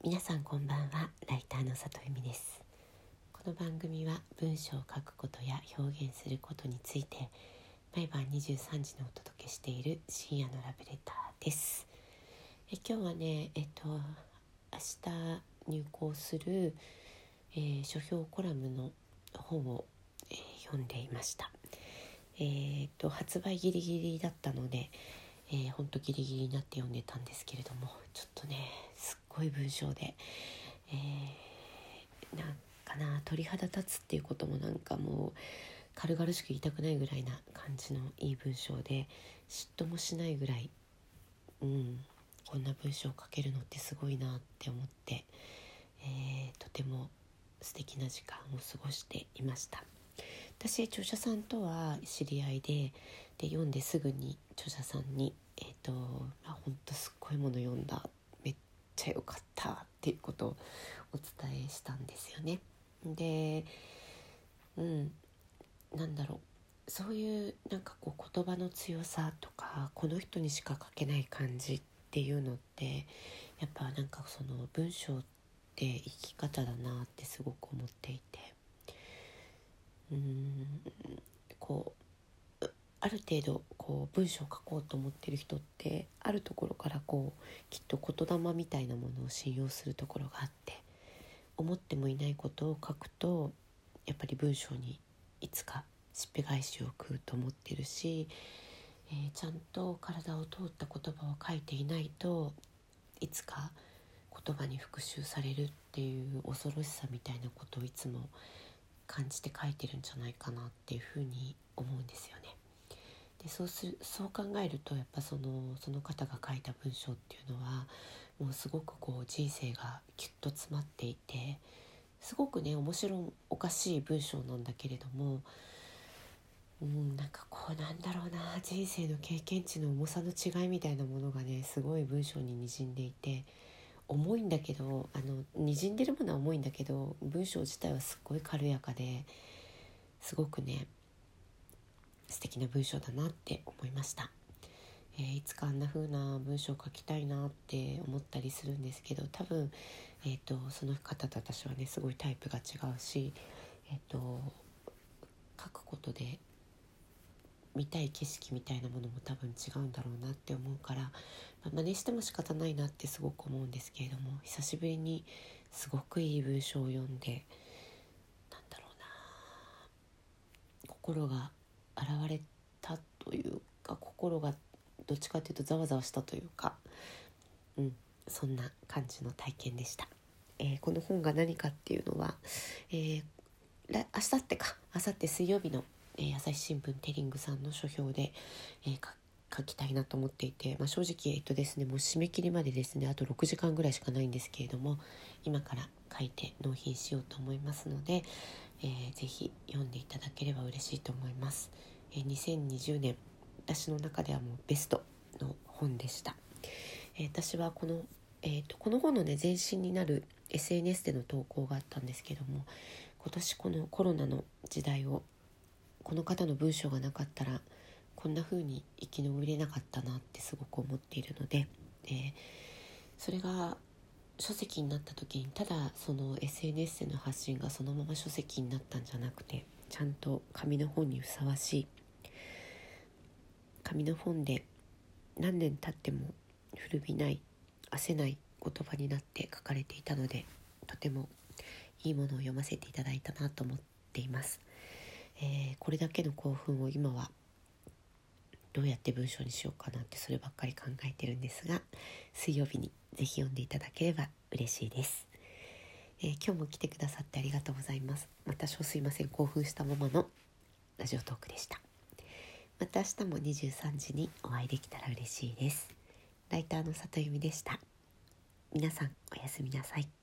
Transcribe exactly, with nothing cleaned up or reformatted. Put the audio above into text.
皆さんこんばんは。ライターの里由美です。この番組は文章を書くことや表現することについて毎晩にじゅうさんじにお届けしている深夜のラブレターです。え今日はねえっと明日入稿する、えー、書評コラムの本を、えー、読んでいました。えー、っと発売ギリギリだったのでえー、ほんとギリギリになって読んでたんですけれども、ちょっとねすっごい文章で、えー、なんかな鳥肌立つっていうこともなんかもう軽々しく言いたくないぐらいな感じのいい文章で、嫉妬もしないぐらい、うん、こんな文章を書けるのってすごいなって思って、えー、とても素敵な時間を過ごしていました。私著者さんとは知り合いで、で読んですぐに著者さんにえっ、ー、と、まあ、ほんとすっごいもの読んだ、めっちゃ良かったっていうことをお伝えしたんですよね。で、うんなんだろうそういうなんかこう言葉の強さとか、この人にしか書けない感じっていうのってやっぱなんかその文章って生き方だなってすごく思っていて、うーんこうある程度こう文章を書こうと思ってる人ってあるところからこうきっと言霊みたいなものを信用するところがあって、思ってもいないことを書くとやっぱり文章にいつかしっぺ返しを食うと思ってるし、えー、ちゃんと体を通った言葉を書いていないといつか言葉に復習されるっていう恐ろしさみたいなことをいつも感じて書いてるんじゃないかなっていうふうに思うんですよね。でそうするそう考えるとやっぱそのその方が書いた文章っていうのはもうすごくこう人生がキュッと詰まっていて、すごくね面白おかしい文章なんだけれども、うん、なんかこうなんだろうな人生の経験値の重さの違いみたいなものがねすごい文章ににじんでいて、重いんだけどあのにじんでるものは重いんだけど文章自体はすっごい軽やかですごくね素敵な文章だなって思いました。えー、いつかあんな風な文章を書きたいなって思ったりするんですけど、多分、えーと、その方と私はねすごいタイプが違うし、えーと、書くことで見たい景色みたいなものも多分違うんだろうなって思うから、まあ、真似しても仕方ないなってすごく思うんですけれども、久しぶりにすごくいい文章を読んで、なんだろうな心が洗われたというか、心がどっちかというとざわざわしたというか、うん、そんな感じの体験でした。えー、この本が何かっていうのは、えー、明後日か明後日水曜日の、えー、朝日新聞テリングさんの書評で、えー、書きたいなと思っていて、まあ、正直、えっとですね、もう締め切りまでですねあとろくじかんぐらいしかないんですけれども、今から書いて納品しようと思いますので、えー、ぜひ読んでいただければ嬉しいと思います。えー、にせんにじゅうねん私の中ではもうベストの本でした。えー、私はこの、えーと、この本のね前身になる エスエヌエス での投稿があったんですけども、今年このコロナの時代をこの方の文章がなかったらこんな風に生き延びれなかったなってすごく思っているので、えー、それが書籍になった時にただその エスエヌエス での発信がそのまま書籍になったんじゃなくて、ちゃんと紙の本にふさわしい紙の本で何年経っても古びない焦せない言葉になって書かれていたので、とてもいいものを読ませていただいたなと思っています。えー、これだけの興奮を今はどうやって文章にしようかなってそればっかり考えてるんですが、水曜日にぜひ読んでいただければ嬉しいです。えー、今日も来てくださってありがとうございます。またすいません興奮したままのラジオトークでした。また明日もにじゅうさんじにお会いできたら嬉しいです。ライターの里由美でした。皆さんおやすみなさい。